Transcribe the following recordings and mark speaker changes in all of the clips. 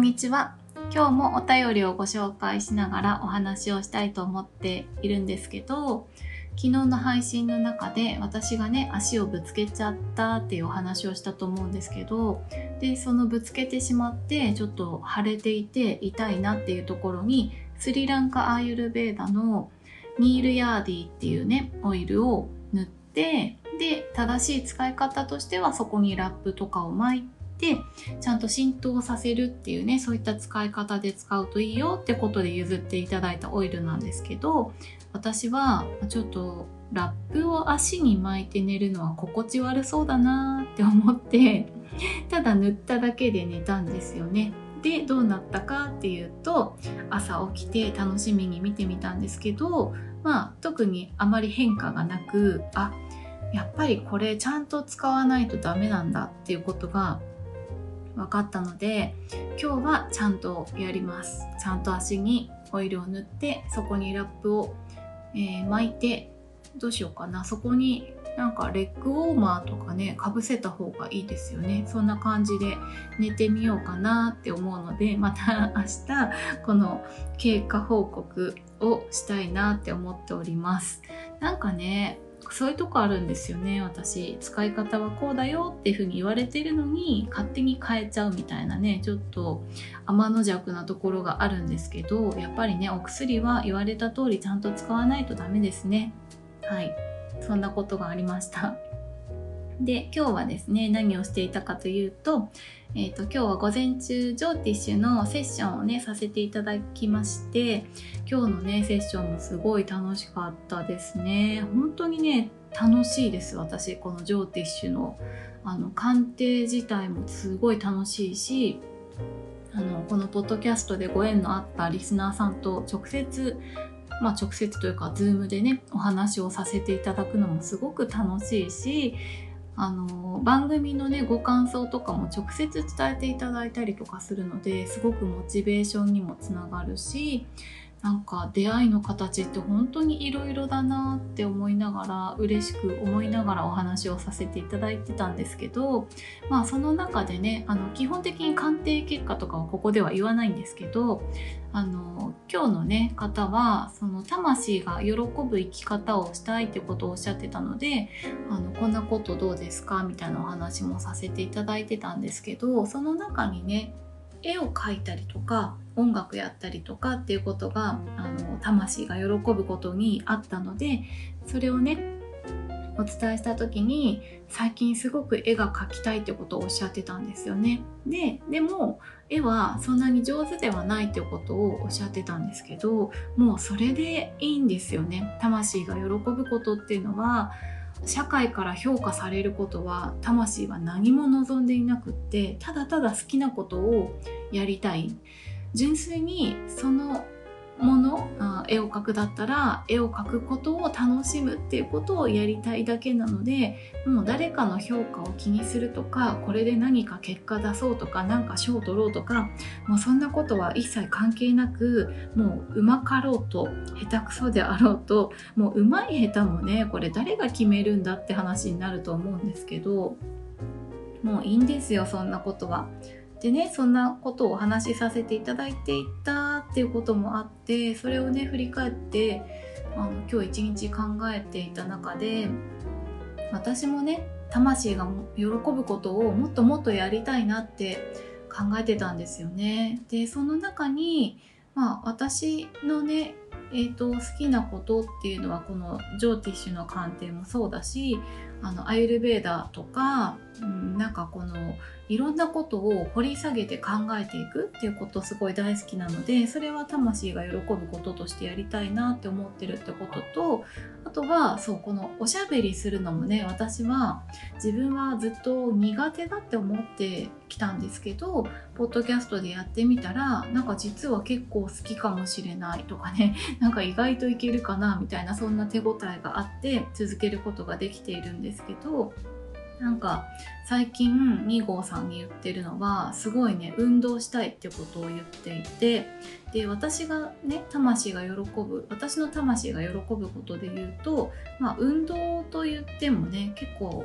Speaker 1: にちは。今日もお便りをご紹介しながらお話をしたいと思っているんですけど、昨日の配信の中で私がね、足をぶつけちゃったっていうお話をしたと思うんですけど、でそのぶつけてしまってちょっと腫れていて痛いなっていうところに、スリランカアーユルヴェーダのニールヤーディっていうねオイルを塗って、で正しい使い方としてはそこにラップとかを巻いてちゃんと浸透させるっていうね、そういった使い方で使うといいよってことで譲っていただいたオイルなんですけど、私はちょっとラップを足に巻いて寝るのは心地悪そうだなって思ってただ塗っただけで寝たんですよね。でどうなったかっていうと、朝起きて楽しみに見てみたんですけど、特にあまり変化がなく、やっぱりこれちゃんと使わないとダメなんだっていうことが分かったので、今日はちゃんとやります。ちゃんと足にオイルを塗って、そこにラップを、巻いて、どうしようかな、そこになんかレッグウォーマーとかねかぶせた方がいいですよね。そんな感じで寝てみようかなって思うので、また明日この経過報告をしたいなって思っております。なんかね、そういうとこあるんですよね。私使い方はこうだよっていう風に言われてるのに勝手に変えちゃうみたいなね、ちょっと天の弱なところがあるんですけど、やっぱりねお薬は言われた通りちゃんと使わないとダメですね。はい、そんなことがありました。で今日はですね、何をしていたかというと、今日は午前中ジョーティッシュのセッションをねさせていただきまして、今日のねセッションもすごい楽しかったですね。本当にね楽しいです。私このジョーティッシュの鑑定自体もすごい楽しいし、このポッドキャストでご縁のあったリスナーさんと直接というか Zoom でねお話をさせていただくのもすごく楽しいし、番組のねご感想とかも直接伝えていただいたりとかするので、すごくモチベーションにもつながるし、なんか出会いの形って本当にいろいろだなって思いながら、嬉しく思いながらお話をさせていただいてたんですけど、その中でね基本的に鑑定結果とかはここでは言わないんですけど、今日のね方はその魂が喜ぶ生き方をしたいってことをおっしゃってたので、こんなことどうですかみたいなお話もさせていただいてたんですけど、その中にね絵を描いたりとか音楽やったりとかっていうことが魂が喜ぶことにあったので、それをねお伝えした時に、最近すごく絵が描きたいってことをおっしゃってたんですよね。でも絵はそんなに上手ではないってことをおっしゃってたんですけど、もうそれでいいんですよね。魂が喜ぶことっていうのは、社会から評価されることは魂は何も望んでいなくって、ただただ好きなことをやりたい、純粋にそのもの、絵を描くだったら絵を描くことを楽しむっていうことをやりたいだけなので、もう誰かの評価を気にするとか、これで何か結果出そうとか、なんか賞を取ろうとか、もうそんなことは一切関係なく、もう上手かろうと下手くそであろうと、もう上手い下手もねこれ誰が決めるんだって話になると思うんですけど、もういいんですよそんなことは。でね、そんなことをお話しさせていただいていたっていうこともあって、それをね振り返って今日一日考えていた中で、私もね魂が喜ぶことをもっともっとやりたいなって考えてたんですよね。でその中に、私のね好きなことっていうのは、このジョーティッシュの鑑定もそうだし、アユルヴェーダとか、なんかこのいろんなことを掘り下げて考えていくっていうことすごい大好きなので、それは魂が喜ぶこととしてやりたいなって思ってるってことと、あとはこのおしゃべりするのもね、私は自分はずっと苦手だって思ってきたんですけど、ポッドキャストでやってみたら、なんか実は結構好きかもしれないとかね、なんか意外といけるかなみたいな、そんな手応えがあって続けることができているんですけど、なんか最近2号さんに言ってるのは、すごいね運動したいってことを言っていて、で私がね私の魂が喜ぶことで言うと、運動と言ってもね結構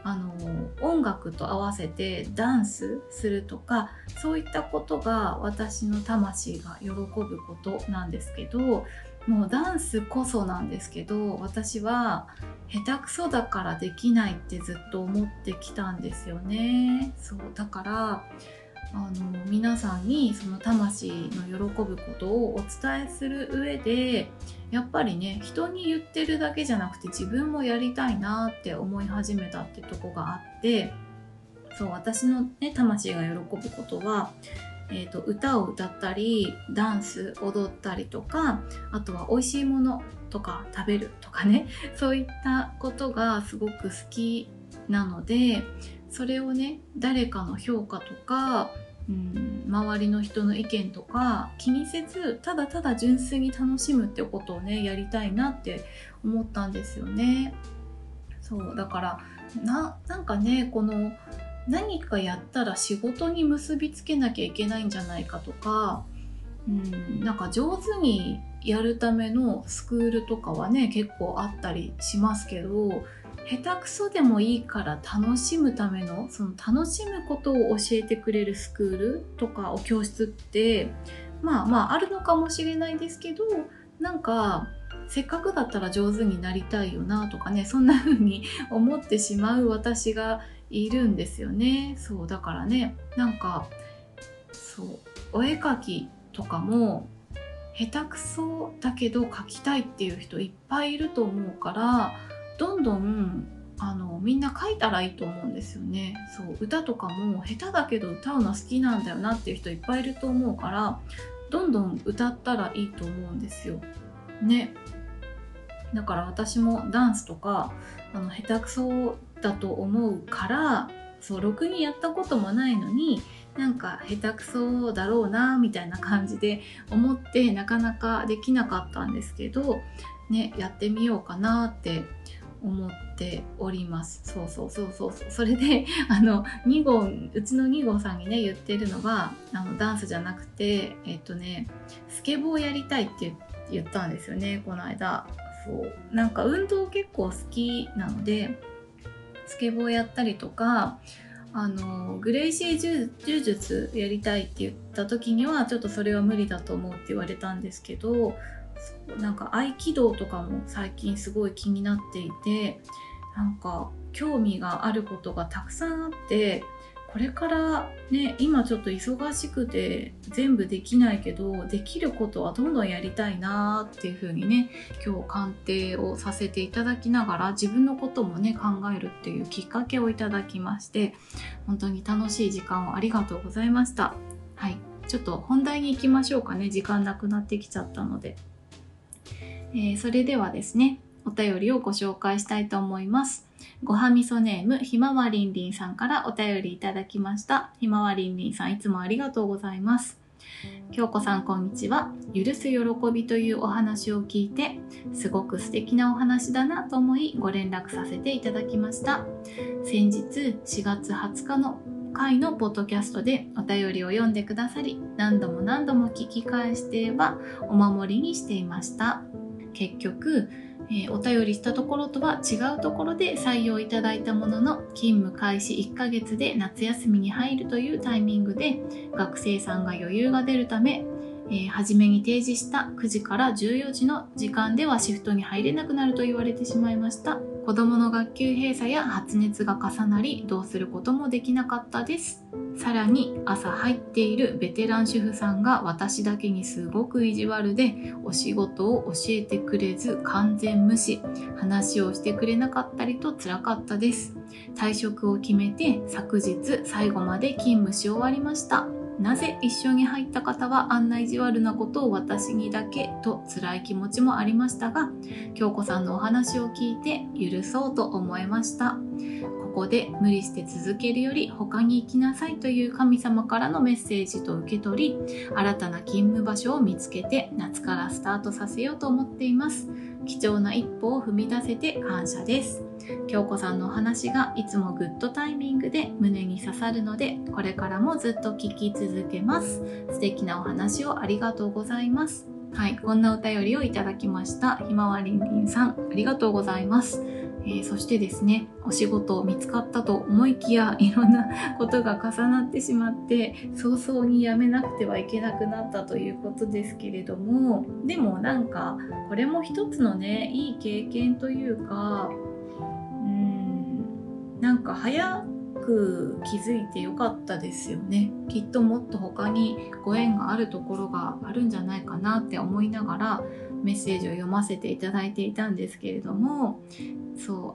Speaker 1: 音楽と合わせてダンスするとか、そういったことが私の魂が喜ぶことなんですけど、もうダンスこそなんですけど、私は下手くそだからできないってずっと思ってきたんですよね。そうだから皆さんにその魂の喜ぶことをお伝えする上で、やっぱりね、人に言ってるだけじゃなくて自分もやりたいなって思い始めたってとこがあって、そう、私のね、魂が喜ぶことは、歌を歌ったりダンス踊ったりとか、あとは美味しいものとか食べるとかね、そういったことがすごく好きなので、それをね、誰かの評価とか、周りの人の意見とか気にせず、ただただ純粋に楽しむってことをね、やりたいなって思ったんですよね。そうだからなんかね、この何かやったら仕事に結びつけなきゃいけないんじゃないかとか、なんか上手にやるためのスクールとかはね、結構あったりしますけど、下手くそでもいいから楽しむための、その楽しむことを教えてくれるスクールとか教室ってまああるのかもしれないですけど、なんかせっかくだったら上手になりたいよなとかね、そんな風に思ってしまう私がいるんですよね。そうだからね、なんかそう、お絵描きとかも下手くそだけど描きたいっていう人いっぱいいると思うから、どんどんみんな書いたらいいと思うんですよね。そう、歌とかも下手だけど歌うの好きなんだよなっていう人いっぱいいると思うから、どんどん歌ったらいいと思うんですよね。だから私もダンスとか下手くそだと思うから、そう、ろくにやったこともないのに、なんか下手くそだろうなみたいな感じで思ってなかなかできなかったんですけどね、やってみようかなって思っております。そう。それで2号、うちの2号さんにね言ってるのが、ダンスじゃなくてスケボーやりたいって言ったんですよね、この間。そう、なんか運動結構好きなので、スケボーやったりとか、グレイシー柔術やりたいって言った時にはちょっとそれは無理だと思うって言われたんですけど、なんか合気道とかも最近すごい気になっていて、なんか興味があることがたくさんあって、これからね、今ちょっと忙しくて全部できないけど、できることはどんどんやりたいなっていう風にね、今日鑑定をさせていただきながら自分のこともね考えるっていうきっかけをいただきまして、本当に楽しい時間をありがとうございました。はい、ちょっと本題に行きましょうかね。時間なくなってきちゃったので、それではですね、お便りをご紹介したいと思います。ごはみそネームひまわりんりんさんからお便りいただきました。ひまわりんりんさん、いつもありがとうございます。京子さん、こんにちは。許す喜びというお話を聞いて、すごく素敵なお話だなと思いご連絡させていただきました。先日4月20日の回のポッドキャストでお便りを読んでくださり、何度も聞き返してはお守りにしていました。結局お便りしたところとは違うところで採用いただいたものの、勤務開始1ヶ月で夏休みに入るというタイミングで学生さんが余裕が出るため、初めに提示した9時から14時の時間ではシフトに入れなくなると言われてしまいました。子供の学級閉鎖や発熱が重なり、どうすることもできなかったです。さらに朝入っているベテラン主婦さんが私だけにすごく意地悪で、お仕事を教えてくれず完全無視、話をしてくれなかったりと辛かったです。退職を決めて昨日最後まで勤務し終わりました。なぜ一緒に入った方はあんな意地悪なことを私にだけと辛い気持ちもありましたが、京子さんのお話を聞いて許そうと思いました。ここで無理して続けるより他に行きなさいという神様からのメッセージと受け取り、新たな勤務場所を見つけて夏からスタートさせようと思っています。貴重な一歩を踏み出せて感謝です。京子さんのお話がいつもグッドタイミングで胸に刺さるので、これからもずっと聞き続けます。素敵なお話をありがとうございます。はい、こんなお便りをいただきました。ひまわりんりんさん、ありがとうございます。 そしてですね、お仕事見つかったと思いきや、いろんなことが重なってしまって早々に辞めなくてはいけなくなったということですけれども、でもなんかこれも一つのね、いい経験というか、なんか早く気づいてよかったですよね。きっともっと他にご縁があるところがあるんじゃないかなって思いながらメッセージを読ませていただいていたんですけれども、そう、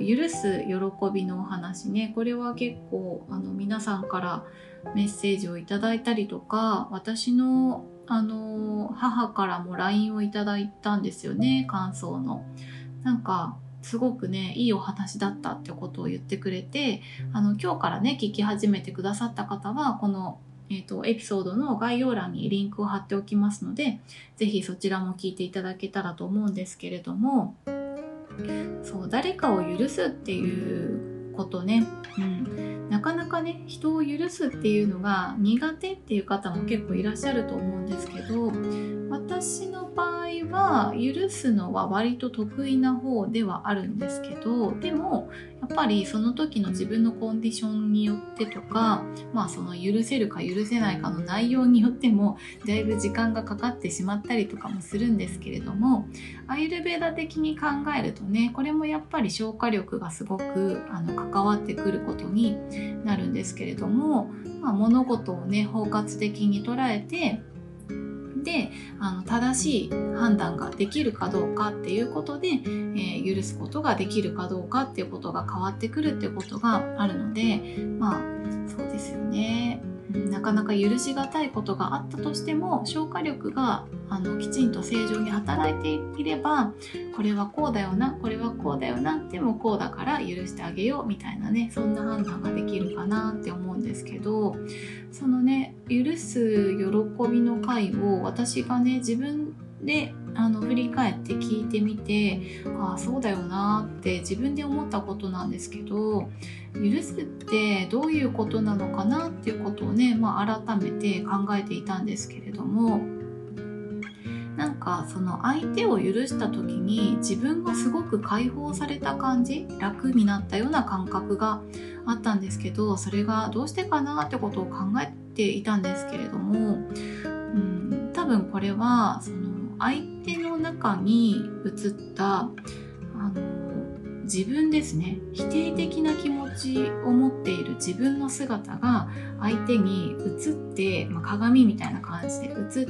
Speaker 1: 許す喜びのお話ね、これは結構皆さんからメッセージをいただいたりとか、私の母からも LINE をいただいたんですよね、感想の。なんかすごくね、いいお話だったってことを言ってくれて、今日からね聞き始めてくださった方はこのエピソードの概要欄にリンクを貼っておきますので、ぜひそちらも聞いていただけたらと思うんですけれども、そう、誰かを許すっていうことね、なかなかね、人を許すっていうのが苦手っていう方も結構いらっしゃると思うんですけど、私の場合は許すのは割と得意な方ではあるんですけど、でもやっぱりその時の自分のコンディションによってとか、その許せるか許せないかの内容によってもだいぶ時間がかかってしまったりとかもするんですけれども、アイルベーダ的に考えるとね、これもやっぱり消化力がすごく関わってくることになるんですけれども、物事をね包括的に捉えて、で正しい判断ができるかどうかっていうことで、許すことができるかどうかっていうことが変わってくるっていうことがあるので、そうですよね。なかなか許しがたいことがあったとしても、消化力がきちんと正常に働いていれば、これはこうだよな、これはこうだよな、でもこうだから許してあげようみたいなね、そんな判断ができるかなって思うんですけど、そのね、許す喜びの回を私がね自分で振り返って聞いてみて、そうだよなって自分で思ったことなんですけど、許すってどういうことなのかなっていうことをね、改めて考えていたんですけれども、なんかその相手を許した時に自分がすごく解放された感じ、楽になったような感覚があったんですけど、それがどうしてかなってことを考えていたんですけれども、多分これはその相手の中に映った自分ですね、否定的な気持ちを持っている自分の姿が相手に映って、鏡みたいな感じで映って、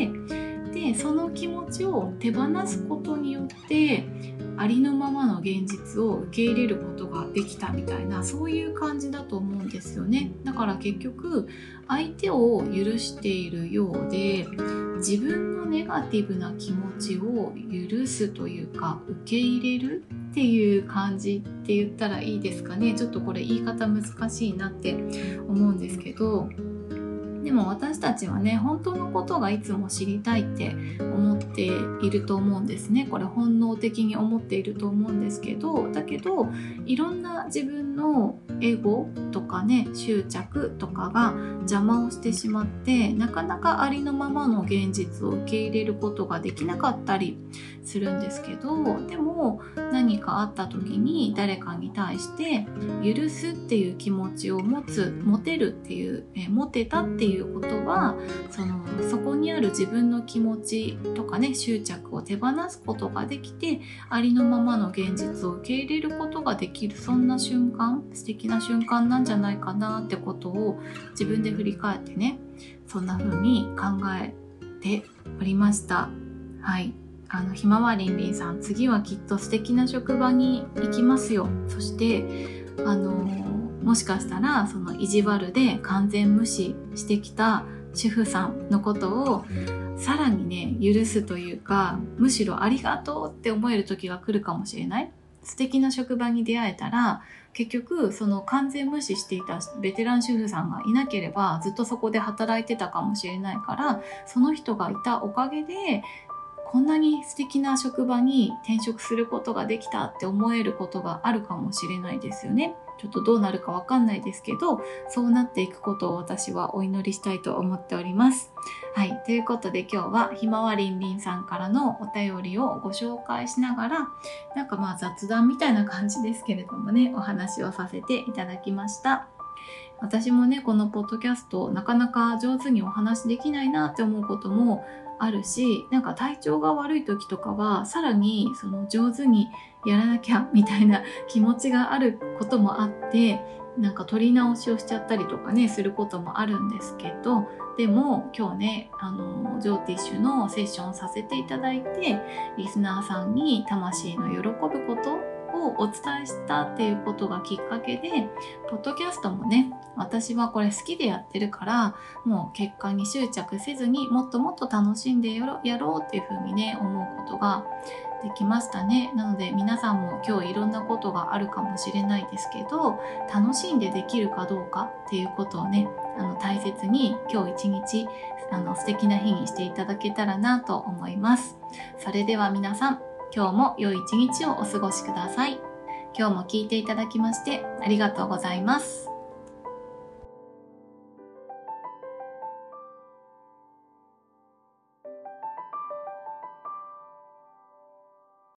Speaker 1: でその気持ちを手放すことによってありのままの現実を受け入れることができたみたいな、そういう感じだと思うんですよね。だから結局相手を許しているようで、自分のネガティブな気持ちを許すというか受け入れるっていう感じって言ったらいいですかね。ちょっとこれ言い方難しいなって思うんですけど、でも私たちはね、本当のことがいつも知りたいって思っていると思うんですね。これ本能的に思っていると思うんですけど、だけどいろんな自分のエゴとかね、執着とかが邪魔をしてしまって、なかなかありのままの現実を受け入れることができなかったりするんですけど、でも何かあった時に誰かに対して許すっていう気持ちを持てるっていう、持てたっていうことは、そこにある自分の気持ちとかね、執着を手放すことができて、ありのままの現実を受け入れることができる、そんな瞬間、素敵な瞬間なんじゃないかなってことを自分で振り返ってね、そんな風に考えておりました。はい。ひまわりんりんさん、次はきっと素敵な職場に行きますよ。そしてもしかしたらその意地悪で完全無視してきた主婦さんのことをさらにね許すというか、むしろありがとうって思える時が来るかもしれない。素敵な職場に出会えたら、結局その完全無視していたベテラン主婦さんがいなければずっとそこで働いてたかもしれないから、その人がいたおかげでこんなに素敵な職場に転職することができたって思えることがあるかもしれないですよね。 ちょっとどうなるかわかんないですけど、そうなっていくことを私はお祈りしたいと思っております。はい。ということで今日はひまわりんりんさんからのお便りをご紹介しながら、なんか雑談みたいな感じですけれどもね、お話をさせていただきました。私もね、このポッドキャストなかなか上手にお話できないなって思うこともあるし、なんか体調が悪い時とかはさらにその上手にやらなきゃみたいな気持ちがあることもあって、なんか取り直しをしちゃったりとかねすることもあるんですけど、でも今日ねジョーティッシュのセッションをさせていただいて、リスナーさんに魂の喜ぶことをお伝えしたっていうことがきっかけで、ポッドキャストもね、私はこれ好きでやってるから、もう結果に執着せずにもっともっと楽しんでやろうっていうふうにね思うことができましたね。なので皆さんも今日いろんなことがあるかもしれないですけど、楽しんでできるかどうかっていうことをね大切に今日一日素敵な日にしていただけたらなと思います。それでは皆さん、今日も良い一日をお過ごしください。今日も聞いていただきましてありがとうございます。